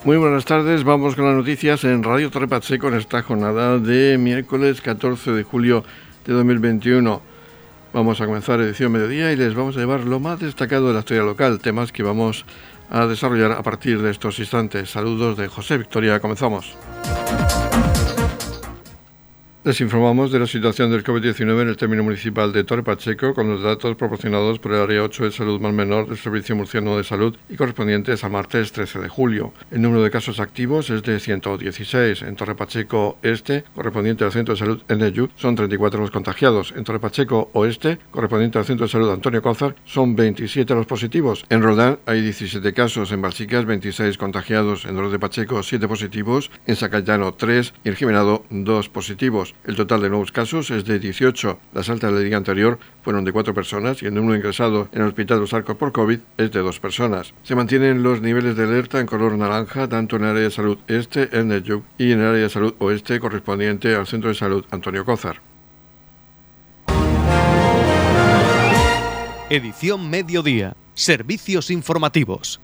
Muy buenas tardes, vamos con las noticias en Radio Torre Pacheco en esta jornada de miércoles 14 de julio de 2021. Vamos a comenzar edición mediodía y les vamos a llevar lo más destacado de la historia local, temas que vamos a desarrollar a partir de estos instantes. Saludos de José Victoria, comenzamos. Les informamos de la situación del COVID-19 en el término municipal de Torre Pacheco con los datos proporcionados por el Área 8 de Salud Mar Menor del Servicio Murciano de Salud y correspondientes al martes 13 de julio. El número de casos activos es de 116. En Torre Pacheco Este, correspondiente al Centro de Salud Enelluc, son 34 los contagiados. En Torre Pacheco Oeste, correspondiente al Centro de Salud Antonio Cózar, son 27 los positivos. En Roldán hay 17 casos. En Balsicas, 26 contagiados. En Dolores de Pacheco, 7 positivos. En Sacayano, 3 y en Jimenado, 2 positivos. El total de nuevos casos es de 18. Las altas del día anterior fueron de 4 personas y el número ingresado en el Hospital de Los Arcos por COVID es de 2 personas. Se mantienen los niveles de alerta en color naranja tanto en el área de salud este, en Enelluc, y en el área de salud oeste correspondiente al Centro de Salud Antonio Cózar. Edición Mediodía. Servicios informativos.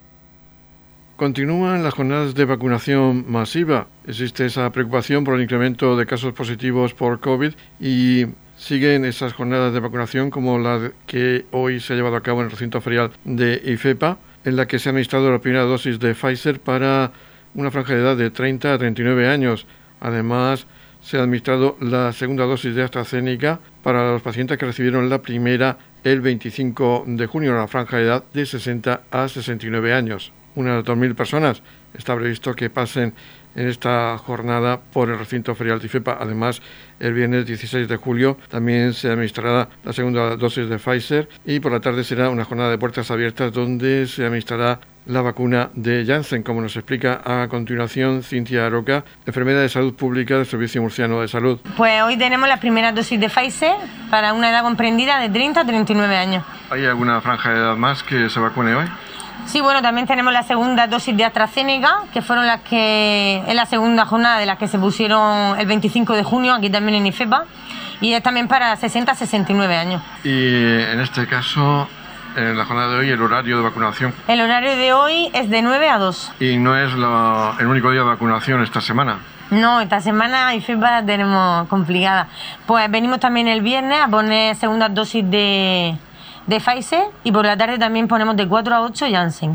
Continúan las jornadas de vacunación masiva. Existe esa preocupación por el incremento de casos positivos por COVID y siguen esas jornadas de vacunación como la que hoy se ha llevado a cabo en el recinto ferial de IFEPA, en la que se ha administrado la primera dosis de Pfizer para una franja de edad de 30 a 39 años. Además, se ha administrado la segunda dosis de AstraZeneca para los pacientes que recibieron la primera el 25 de junio, en la franja de edad de 60 a 69 años. Unas 2.000 personas está previsto que pasen en esta jornada por el recinto ferial de IFEPA. Además, el viernes 16 de julio también se administrará la segunda dosis de Pfizer y por la tarde será una jornada de puertas abiertas donde se administrará la vacuna de Janssen, como nos explica a continuación Cintia Aroca, enfermera de salud pública del Servicio Murciano de Salud. Pues hoy tenemos la primera dosis de Pfizer para una edad comprendida de 30 a 39 años. ¿Hay alguna franja de edad más que se vacune hoy? Sí, bueno, también tenemos la segunda dosis de AstraZeneca, que fueron las que en la segunda jornada de las que se pusieron el 25 de junio, aquí también en IFEPA, y es también para 60 a 69 años. Y en este caso, en la jornada de hoy, el horario de vacunación. El horario de hoy es de 9 a 2. ¿Y no es el único día de vacunación esta semana? No, esta semana IFEPA la tenemos complicada. Pues venimos también el viernes a poner segunda dosis de Pfizer y por la tarde también ponemos de 4 a 8 Janssen.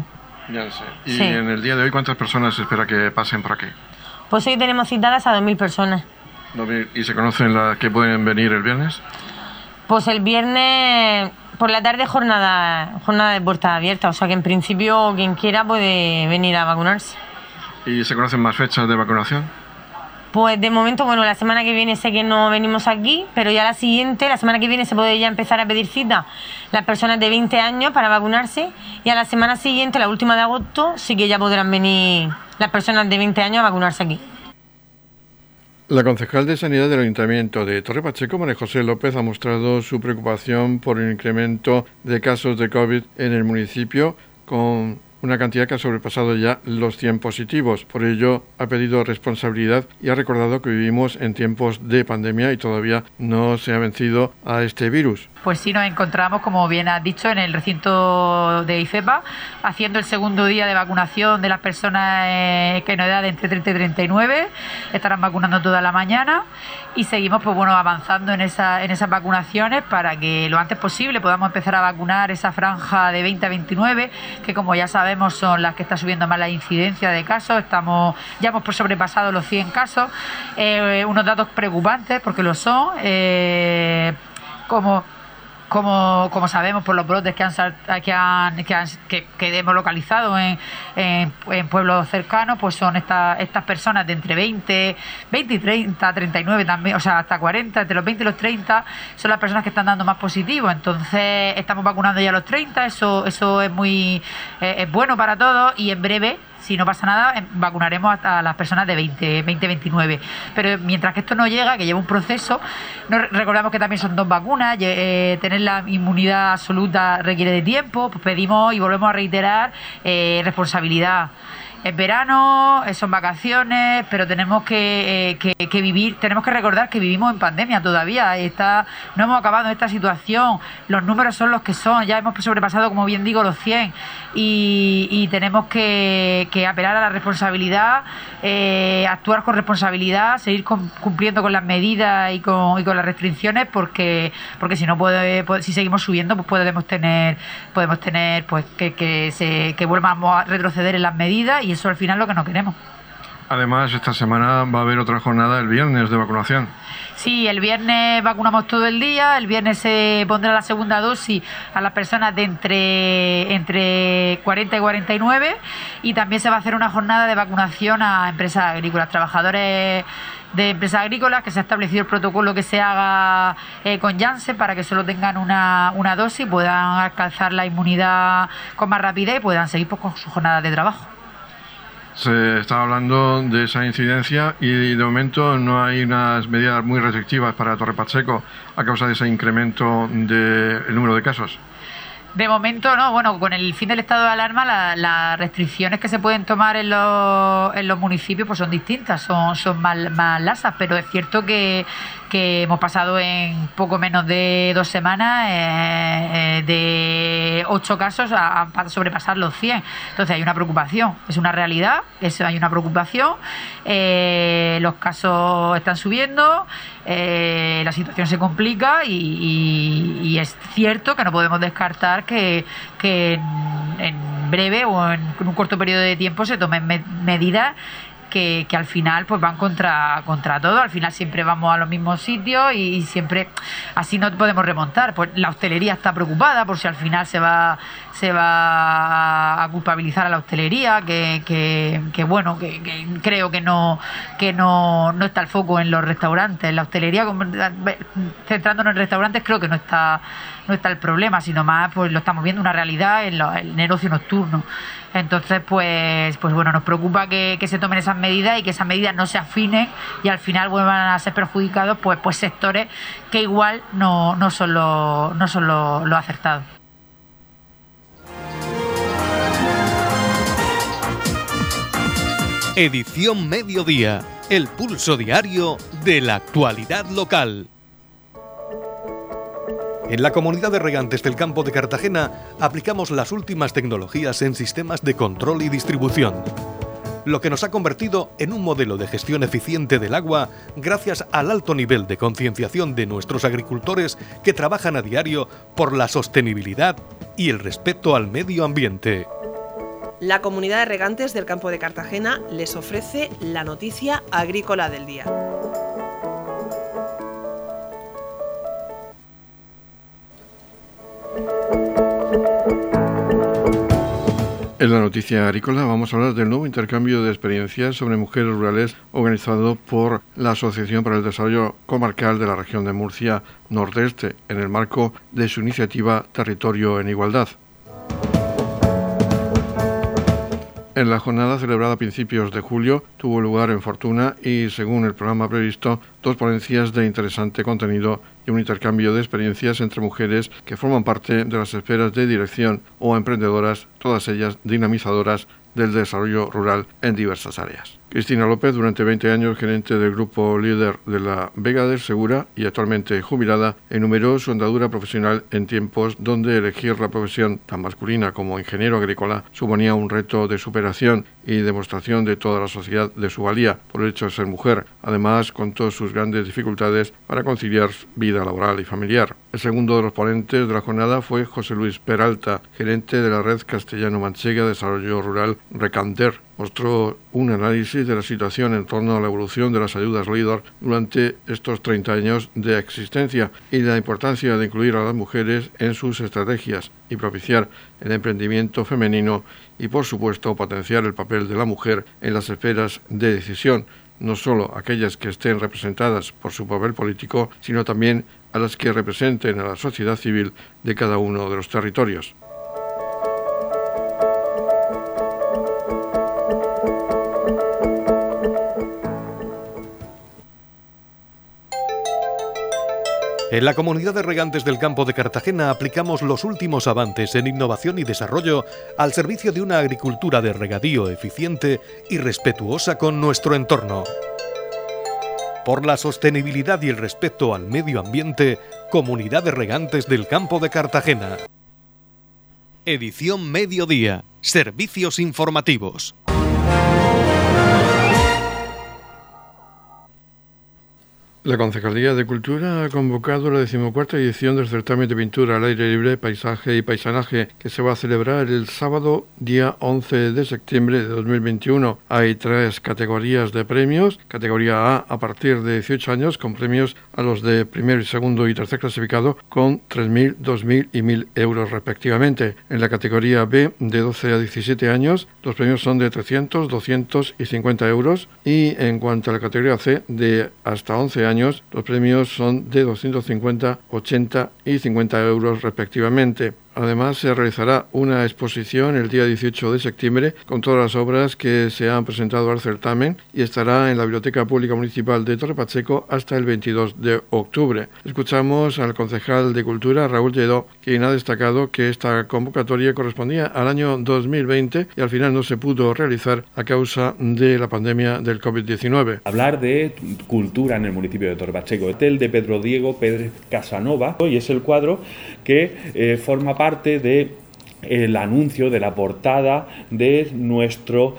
¿Y sí. En el día de hoy cuántas personas se espera que pasen por aquí? Pues hoy tenemos citadas a 2.000 personas. ¿Y se conocen las que pueden venir el viernes? Pues el viernes por la tarde jornada de puertas abiertas, o sea que en principio quien quiera puede venir a vacunarse. ¿Y se conocen más fechas de vacunación? Pues de momento, bueno, la semana que viene sé que no venimos aquí, pero ya la semana que viene se puede ya empezar a pedir cita las personas de 20 años para vacunarse y a la semana siguiente, la última de agosto, sí que ya podrán venir las personas de 20 años a vacunarse aquí. La concejal de Sanidad del Ayuntamiento de Torre Pacheco, María José López, ha mostrado su preocupación por el incremento de casos de COVID en el municipio, con una cantidad que ha sobrepasado ya los 100 positivos. Por ello, ha pedido responsabilidad y ha recordado que vivimos en tiempos de pandemia y todavía no se ha vencido a este virus. Pues sí, nos encontramos, como bien has dicho, en el recinto de IFEPA, haciendo el segundo día de vacunación de las personas que nos edad de entre 30 y 39. Estarán vacunando toda la mañana y seguimos avanzando en esas vacunaciones para que lo antes posible podamos empezar a vacunar esa franja de 20 a 29, que como ya sabemos son las que está subiendo más la incidencia de casos. Ya hemos sobrepasado los 100 casos, unos datos preocupantes porque lo son, como sabemos por los brotes que hemos localizado en pueblos cercanos, pues son estas personas de entre 20 y 30, 39 también, o sea, hasta 40, entre los 20 y los 30, son las personas que están dando más positivos. Entonces, estamos vacunando ya a los 30, eso es bueno para todos y en breve, si no pasa nada, vacunaremos a las personas de 20-29. Pero mientras que esto no llega, que lleva un proceso, recordamos que también son 2 vacunas, tener la inmunidad absoluta requiere de tiempo, pues pedimos y volvemos a reiterar responsabilidad. Es verano, son vacaciones, pero tenemos que vivir, tenemos que recordar que vivimos en pandemia todavía. No hemos acabado esta situación, los números son los que son, ya hemos sobrepasado, como bien digo, los 100 y tenemos que apelar a la responsabilidad, actuar con responsabilidad, seguir cumpliendo con las medidas y con las restricciones, porque si no si seguimos subiendo, pues podemos tener pues que volvamos a retroceder en las medidas, y eso al final es lo que no queremos. Además, esta semana va a haber otra jornada el viernes de vacunación. Sí, el viernes vacunamos todo el día, el viernes se pondrá la segunda dosis a las personas de entre 40 y 49, y también se va a hacer una jornada de vacunación a empresas agrícolas, trabajadores de empresas agrícolas, que se ha establecido el protocolo que se haga con Janssen para que solo tengan una dosis, puedan alcanzar la inmunidad con más rapidez y puedan seguir pues, con su jornada de trabajo. Se está hablando de esa incidencia y de momento no hay unas medidas muy restrictivas para Torre Pacheco a causa de ese incremento del número de casos. De momento no, bueno, con el fin del estado de alarma las restricciones que se pueden tomar en los municipios pues son distintas, son más lasas, pero es cierto que hemos pasado en poco menos de 2 semanas de 8 casos a sobrepasar los 100. Entonces hay una preocupación, es una realidad, hay una preocupación, los casos están subiendo, la situación se complica y es cierto que no podemos descartar que en breve o en un corto periodo de tiempo se tomen medidas que al final pues van contra todo. Al final siempre vamos a los mismos sitios y siempre así no podemos remontar. Pues la hostelería está preocupada por si al final se va a culpabilizar a la hostelería, que bueno, que creo que no está el foco en los restaurantes. La hostelería, centrándonos en restaurantes, creo que no está el problema, sino más pues lo estamos viendo una realidad en el negocio nocturno. Entonces pues bueno, nos preocupa que se tomen esas medidas y que esas medidas no se afinen y al final vuelvan a ser perjudicados pues sectores que igual no son los acertados. Edición Mediodía, el pulso diario de la actualidad local. En la Comunidad de Regantes del Campo de Cartagena aplicamos las últimas tecnologías en sistemas de control y distribución, lo que nos ha convertido en un modelo de gestión eficiente del agua gracias al alto nivel de concienciación de nuestros agricultores que trabajan a diario por la sostenibilidad y el respeto al medio ambiente. La Comunidad de Regantes del Campo de Cartagena les ofrece la noticia agrícola del día. En la noticia agrícola vamos a hablar del nuevo intercambio de experiencias sobre mujeres rurales organizado por la Asociación para el Desarrollo Comarcal de la Región de Murcia Nordeste en el marco de su iniciativa Territorio en Igualdad. En la jornada celebrada a principios de julio tuvo lugar en Fortuna y, según el programa previsto, 2 ponencias de interesante contenido y un intercambio de experiencias entre mujeres que forman parte de las esferas de dirección o emprendedoras, todas ellas dinamizadoras del desarrollo rural en diversas áreas. Cristina López, durante 20 años gerente del grupo líder de la Vega del Segura y actualmente jubilada, enumeró su andadura profesional en tiempos donde elegir la profesión tan masculina como ingeniero agrícola suponía un reto de superación y demostración de toda la sociedad de su valía por el hecho de ser mujer. Además, contó sus grandes dificultades para conciliar vida laboral y familiar. El segundo de los ponentes de la jornada fue José Luis Peralta, gerente de la Red Castellano-Manchega de Desarrollo Rural Recanter. Mostró un análisis de la situación en torno a la evolución de las ayudas LEADER durante estos 30 años de existencia y la importancia de incluir a las mujeres en sus estrategias y propiciar el emprendimiento femenino y, por supuesto, potenciar el papel de la mujer en las esferas de decisión, no solo aquellas que estén representadas por su papel político, sino también a las que representen a la sociedad civil de cada uno de los territorios. En la Comunidad de Regantes del Campo de Cartagena aplicamos los últimos avances en innovación y desarrollo al servicio de una agricultura de regadío eficiente y respetuosa con nuestro entorno. Por la sostenibilidad y el respeto al medio ambiente, Comunidad de Regantes del Campo de Cartagena. Edición Mediodía. Servicios informativos. La Concejalía de Cultura ha convocado la 14ª edición del certamen de pintura al aire libre, paisaje y paisanaje, que se va a celebrar el sábado día 11 de septiembre de 2021. Hay 3 categorías de premios. Categoría A partir de 18 años, con premios a los de primero, segundo y tercer clasificado, con 3.000, 2.000 y 1.000 euros respectivamente. En la categoría B, de 12 a 17 años, los premios son de 300, 200 y 50 euros. Y en cuanto a la categoría C, de hasta 11 años, los premios son de 250, 80 y 50 euros respectivamente. Además, se realizará una exposición el día 18 de septiembre con todas las obras que se han presentado al certamen y estará en la Biblioteca Pública Municipal de Torre Pacheco hasta el 22 de octubre. Escuchamos al concejal de Cultura, Raúl Lledó, quien ha destacado que esta convocatoria correspondía al año 2020 y al final no se pudo realizar a causa de la pandemia del COVID-19. Hablar de cultura en el municipio de Torre Pacheco. Este es el de Pedro Diego Pérez Casanova y es el cuadro que forma parte de el anuncio de la portada de nuestra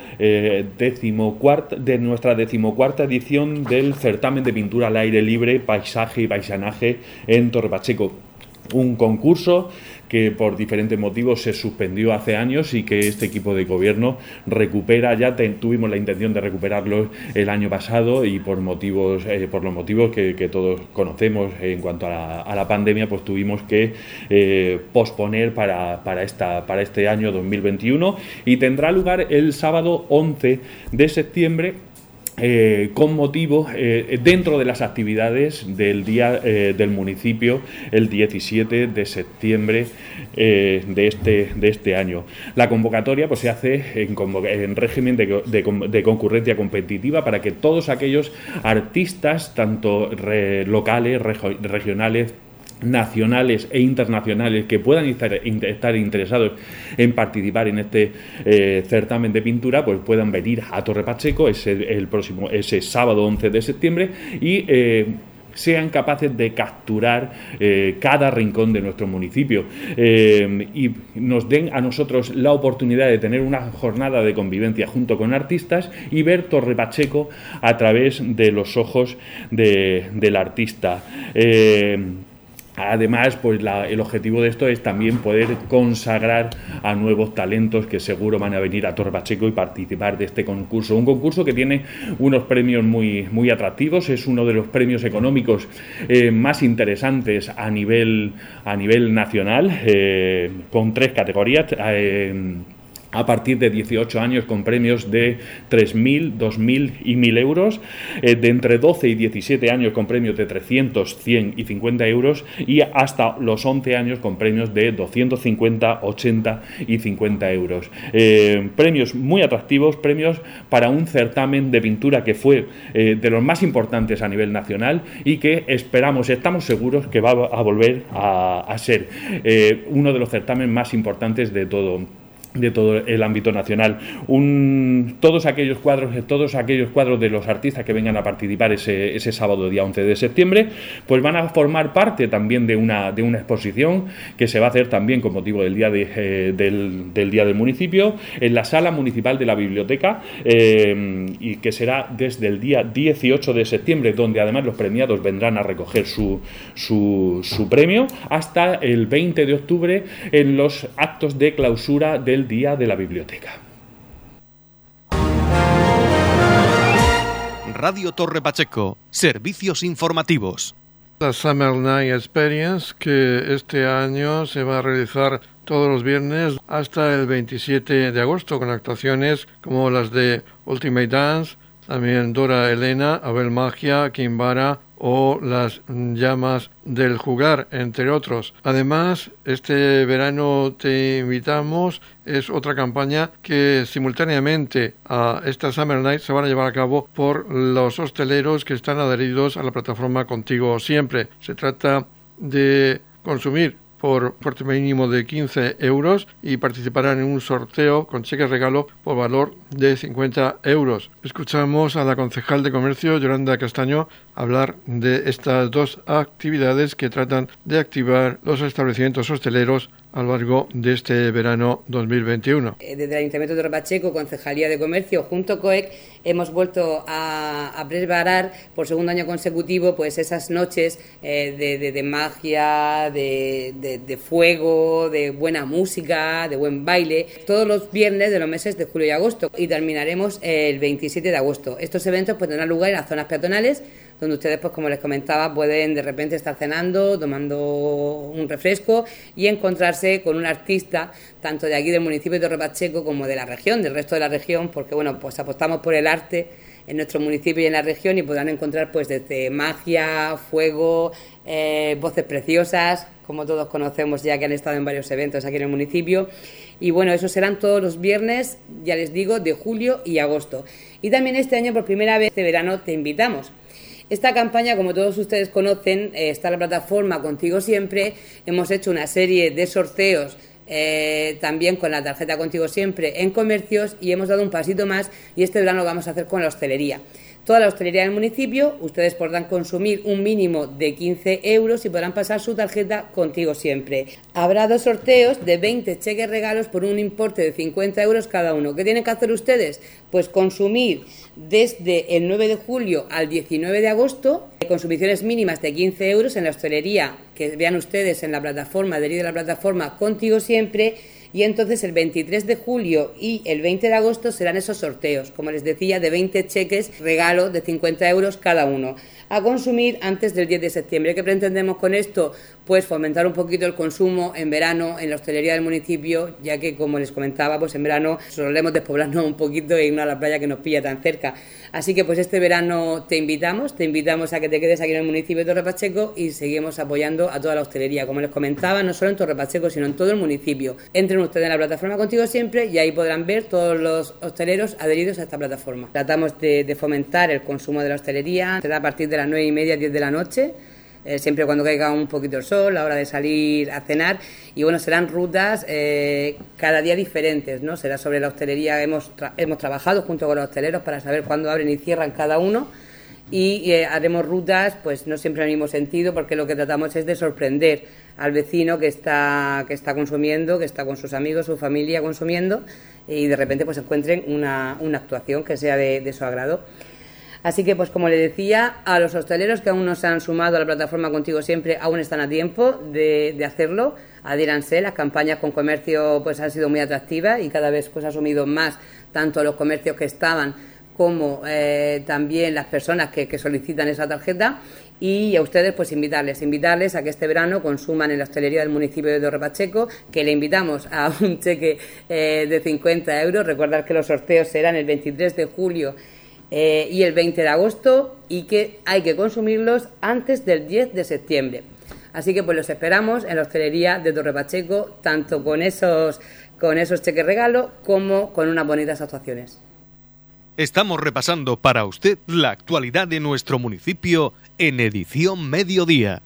14ª edición del certamen de pintura al aire libre, paisaje y paisanaje en Torre Pacheco. Un concurso que por diferentes motivos se suspendió hace años y que este equipo de gobierno recupera. Tuvimos la intención de recuperarlo el año pasado y por los motivos que todos conocemos en cuanto a la pandemia, pues tuvimos que posponer para este año 2021 y tendrá lugar el sábado 11 de septiembre. Con motivo dentro de las actividades del día del municipio el 17 de septiembre de este año. La convocatoria pues se hace en régimen de concurrencia competitiva para que todos aquellos artistas, tanto locales, regionales, nacionales e internacionales que puedan estar interesados en participar en este certamen de pintura, pues puedan venir a Torre Pacheco ese sábado 11 de septiembre y sean capaces de capturar cada rincón de nuestro municipio y nos den a nosotros la oportunidad de tener una jornada de convivencia junto con artistas y ver Torre Pacheco a través de los ojos del artista. Además, pues el objetivo de esto es también poder consagrar a nuevos talentos que seguro van a venir a Torre Pacheco y participar de este concurso. Un concurso que tiene unos premios muy, muy atractivos, es uno de los premios económicos más interesantes a nivel nacional, con 3 categorías. A partir de 18 años con premios de 3.000, 2.000 y 1.000 euros, de entre 12 y 17 años con premios de 300, 100 y 50 euros y hasta los 11 años con premios de 250, 80 y 50 euros. Premios muy atractivos, premios para un certamen de pintura que fue de los más importantes a nivel nacional y que estamos seguros que va a volver a ser uno de los certámenes más importantes de todo el ámbito nacional. Todos aquellos cuadros de los artistas que vengan a participar ese sábado día 11 de septiembre, pues van a formar parte también de una exposición que se va a hacer también con motivo del día del día del municipio en la sala municipal de la biblioteca y que será desde el día 18 de septiembre, donde además los premiados vendrán a recoger su premio, hasta el 20 de octubre en los actos de clausura del Día de la Biblioteca. Radio Torre Pacheco, servicios informativos. La Summer Night Experience, que este año se va a realizar todos los viernes hasta el 27 de agosto, con actuaciones como las de Ultimate Dance, también Dora Elena, Abel Magia, Kimbara o Las Llamas del Jugar, entre otros. Además, este verano te invitamos, es otra campaña que simultáneamente a esta Summer Night se van a llevar a cabo por los hosteleros que están adheridos a la plataforma Contigo Siempre. Se trata de consumir por importe mínimo de 15 euros y participarán en un sorteo con cheque regalo por valor de 50 euros. Escuchamos a la concejal de Comercio, Yolanda Castaño, hablar de estas dos actividades que tratan de activar los establecimientos hosteleros a lo largo de este verano 2021. Desde el Ayuntamiento de Torre Pacheco, Concejalía de Comercio, junto a COEC, hemos vuelto a preparar por segundo año consecutivo pues esas noches de magia, de fuego, de buena música, de buen baile, todos los viernes de los meses de julio y agosto, y terminaremos el 27 de agosto. Estos eventos pues tendrán lugar en las zonas peatonales, donde ustedes, pues como les comentaba, pueden de repente estar cenando, tomando un refresco y encontrarse con un artista, tanto de aquí del municipio de Torre Pacheco como de la región, del resto de la región, porque bueno, pues apostamos por el arte en nuestro municipio y en la región, y podrán encontrar pues desde magia, fuego, voces preciosas, como todos conocemos ya que han estado en varios eventos aquí en el municipio. Y bueno, esos serán todos los viernes, ya les digo, de julio y agosto. Y también este año, por primera vez, este verano, te invitamos. Esta campaña, como todos ustedes conocen, está en la plataforma Contigo Siempre. Hemos hecho una serie de sorteos también con la tarjeta Contigo Siempre en comercios, y hemos dado un pasito más, y este verano lo vamos a hacer con la hostelería. Toda la hostelería del municipio, ustedes podrán consumir un mínimo de 15 euros y podrán pasar su tarjeta Contigo Siempre. Habrá dos sorteos de 20 cheques regalos por un importe de 50 euros cada uno. ¿Qué tienen que hacer ustedes? Pues consumir desde el 9 de julio al 19 de agosto, consumiciones mínimas de 15 euros en la hostelería, que vean ustedes en la plataforma, adherido a la plataforma Contigo Siempre. Y entonces el 23 de julio y el 20 de agosto serán esos sorteos, como les decía, de 20 cheques regalo de 50 euros cada uno, a consumir antes del 10 de septiembre. ¿Qué pretendemos con esto? Pues fomentar un poquito el consumo en verano en la hostelería del municipio, ya que, como les comentaba, pues en verano solemos despoblarnos un poquito e irnos a la playa que nos pilla tan cerca. Así que pues este verano te invitamos a que te quedes aquí en el municipio de Torre Pacheco y seguimos apoyando a toda la hostelería. Como les comentaba, no solo en Torre Pacheco, sino en todo el municipio. Entren ustedes en la plataforma Contigo Siempre y ahí podrán ver todos los hosteleros adheridos a esta plataforma. Tratamos de fomentar el consumo de la hostelería. Será a partir de las 9:30, 10 de la noche. Siempre cuando caiga un poquito el sol, a la hora de salir a cenar, y bueno, serán rutas cada día diferentes, ¿no? Será sobre la hostelería. Hemos trabajado junto con los hosteleros para saber cuándo abren y cierran cada uno, y haremos rutas pues no siempre en el mismo sentido, porque lo que tratamos es de sorprender al vecino que está consumiendo, que está con sus amigos, su familia consumiendo, y de repente pues encuentren una actuación que sea de su agrado. Así que, pues como le decía, a los hosteleros que aún no se han sumado a la plataforma Contigo Siempre, aún están a tiempo de hacerlo. Adhiéranse, las campañas con comercio pues han sido muy atractivas y cada vez pues ha asumido más tanto los comercios que estaban como también las personas que solicitan esa tarjeta. Y a ustedes pues invitarles a que este verano consuman en la hostelería del municipio de Torre Pacheco, que le invitamos a un cheque de 50 euros. Recordad que los sorteos serán el 23 de julio y el 20 de agosto, y que hay que consumirlos antes del 10 de septiembre. Así que pues los esperamos en la hostelería de Torre Pacheco, tanto con esos cheques regalo como con unas bonitas actuaciones. Estamos repasando para usted la actualidad de nuestro municipio en edición Mediodía.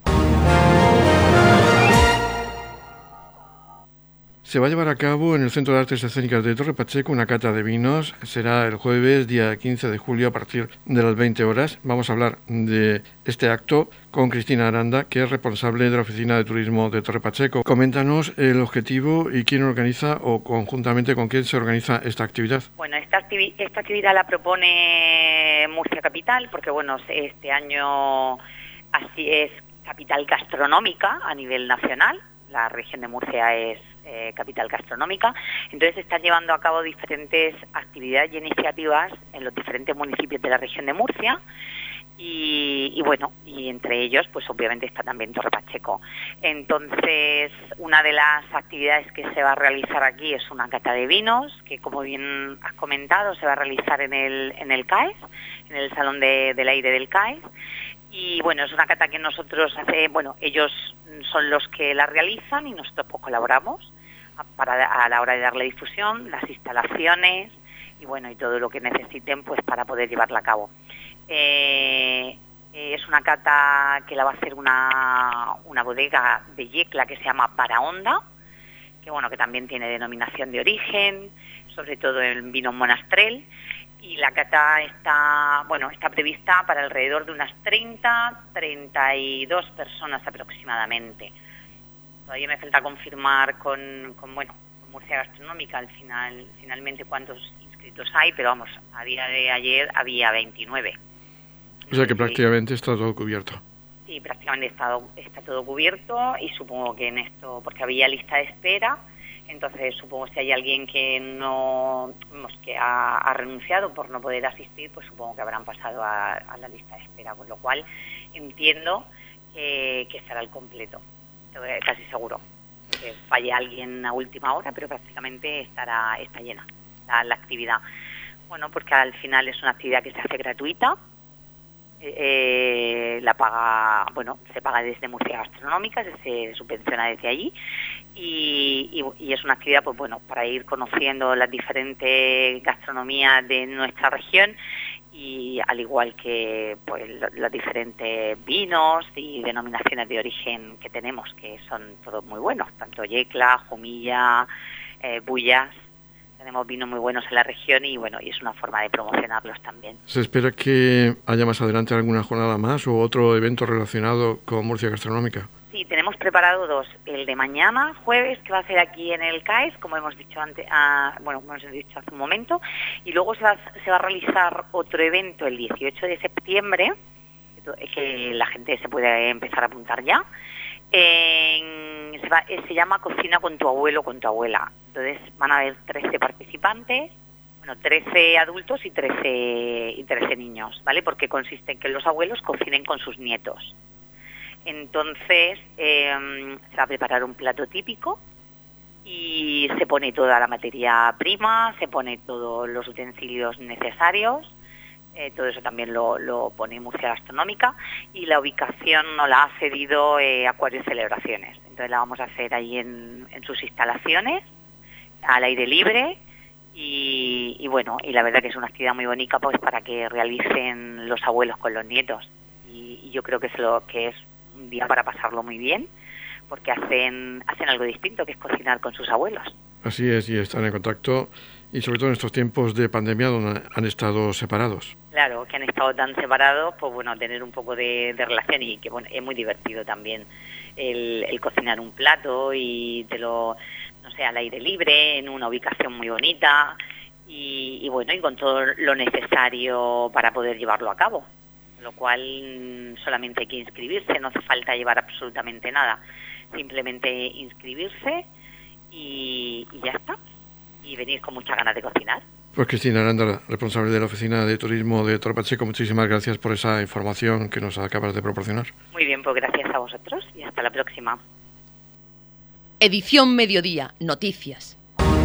Se va a llevar a cabo en el Centro de Artes Escénicas de Torre Pacheco una cata de vinos. Será el jueves, día 15 de julio, a partir de las 20 horas. Vamos a hablar de este acto con Cristina Aranda, que es responsable de la Oficina de Turismo de Torre Pacheco. Coméntanos el objetivo y quién organiza, o conjuntamente con quién se organiza esta actividad. Bueno, esta actividad la propone Murcia Capital, porque bueno, este año así es capital gastronómica a nivel nacional. La región de Murcia es capital gastronómica, entonces se están llevando a cabo diferentes actividades y iniciativas en los diferentes municipios de la región de Murcia, y bueno, y entre ellos pues obviamente está también Torre Pacheco. Entonces, una de las actividades que se va a realizar aquí es una cata de vinos, que como bien has comentado se va a realizar en el CAES, en el Salón del Aire del CAES. Y bueno, es una cata que nosotros ellos son los que la realizan y nosotros pues colaboramos a la hora de darle difusión, las instalaciones y bueno, y todo lo que necesiten pues para poder llevarla a cabo. Es una cata que la va a hacer una bodega de Yecla que se llama Barahonda, que bueno, que también tiene denominación de origen, sobre todo en vino Monastrell, y la cata está prevista para alrededor de unas 32 personas aproximadamente. Todavía me falta confirmar con Murcia Gastronómica finalmente cuántos inscritos hay, pero vamos, a día de ayer había 29. O sea que prácticamente está todo cubierto. Sí, prácticamente está todo cubierto, y supongo que en esto, porque había lista de espera, entonces supongo que si hay alguien que que ha renunciado por no poder asistir, pues supongo que habrán pasado a la lista de espera, con lo cual entiendo que estará al completo, casi seguro. Que falle alguien a última hora, pero prácticamente está llena la actividad. Bueno, porque al final es una actividad que se hace gratuita. Se paga desde Murcia Gastronómica, se subvenciona desde allí, y es una actividad para ir conociendo las diferentes gastronomías de nuestra región, y al igual que los diferentes vinos y denominaciones de origen que tenemos, que son todos muy buenos, tanto Yecla, Jumilla, Bullas. Tenemos vinos muy buenos en la región y es una forma de promocionarlos también. ¿Se espera que haya más adelante alguna jornada más o otro evento relacionado con Murcia Gastronómica? Sí, tenemos preparado 2. El de mañana, jueves, que va a ser aquí en el CAES, como hemos dicho hace un momento, y luego se va a realizar otro evento el 18 de septiembre, que la gente se puede empezar a apuntar ya. Se llama Cocina con tu abuelo o con tu abuela. Entonces van a haber 13 participantes, 13 adultos y 13 niños, ¿vale? Porque consiste en que los abuelos cocinen con sus nietos. Entonces se va a preparar un plato típico y se pone toda la materia prima, se pone todos los utensilios necesarios. Todo eso también lo pone Murcia Gastronómica, y la ubicación nos la ha cedido Acuario Celebraciones. Entonces la vamos a hacer ahí en sus instalaciones, al aire libre, y la verdad que es una actividad muy bonita para que realicen los abuelos con los nietos, y yo creo que es un día para pasarlo muy bien, porque hacen algo distinto, que es cocinar con sus abuelos. Así es, y están en contacto, y sobre todo en estos tiempos de pandemia donde han estado separados. Claro, que han estado tan separados, tener un poco de relación, y que es muy divertido también el cocinar un plato y al aire libre, en una ubicación muy bonita, y con todo lo necesario para poder llevarlo a cabo. Con lo cual solamente hay que inscribirse, no hace falta llevar absolutamente nada, simplemente inscribirse y ya está. Y venir con muchas ganas de cocinar. Pues Cristina Aranda, responsable de la Oficina de Turismo de Torre Pacheco, muchísimas gracias por esa información que nos acabas de proporcionar. Muy bien, pues gracias a vosotros y hasta la próxima. Edición Mediodía, Noticias.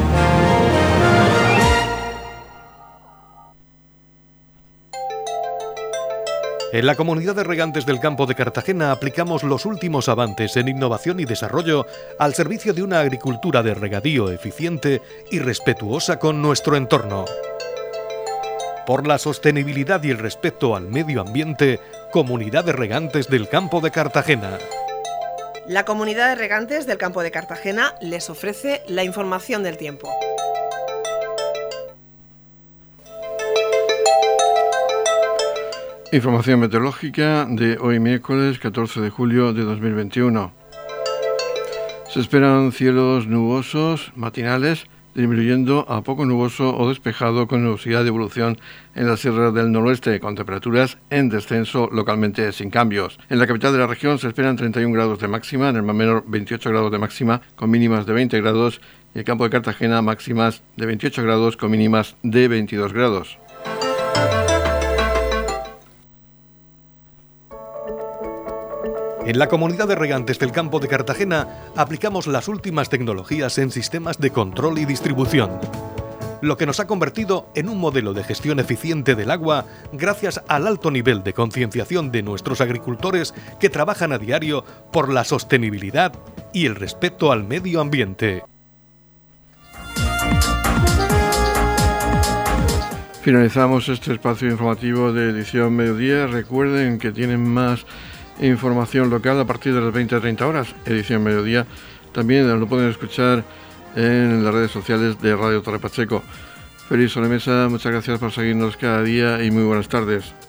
En la Comunidad de Regantes del Campo de Cartagena aplicamos los últimos avances en innovación y desarrollo al servicio de una agricultura de regadío eficiente y respetuosa con nuestro entorno. Por la sostenibilidad y el respeto al medio ambiente, Comunidad de Regantes del Campo de Cartagena. La Comunidad de Regantes del Campo de Cartagena les ofrece la información del tiempo. Información meteorológica de hoy miércoles 14 de julio de 2021. Se esperan cielos nubosos matinales, disminuyendo a poco nuboso o despejado con nubosidad de evolución en la Sierra del Noroeste, con temperaturas en descenso localmente sin cambios. En la capital de la región se esperan 31 grados de máxima, en el Mar Menor 28 grados de máxima con mínimas de 20 grados y el campo de Cartagena máximas de 28 grados con mínimas de 22 grados. En la Comunidad de Regantes del Campo de Cartagena aplicamos las últimas tecnologías en sistemas de control y distribución, lo que nos ha convertido en un modelo de gestión eficiente del agua gracias al alto nivel de concienciación de nuestros agricultores que trabajan a diario por la sostenibilidad y el respeto al medio ambiente. Finalizamos este espacio informativo de edición mediodía. Recuerden que tienen más información local a partir de las 20:30 horas. Edición mediodía también lo pueden escuchar en las redes sociales de Radio Torre Pacheco. Feliz sobremesa, muchas gracias por seguirnos cada día y muy buenas tardes.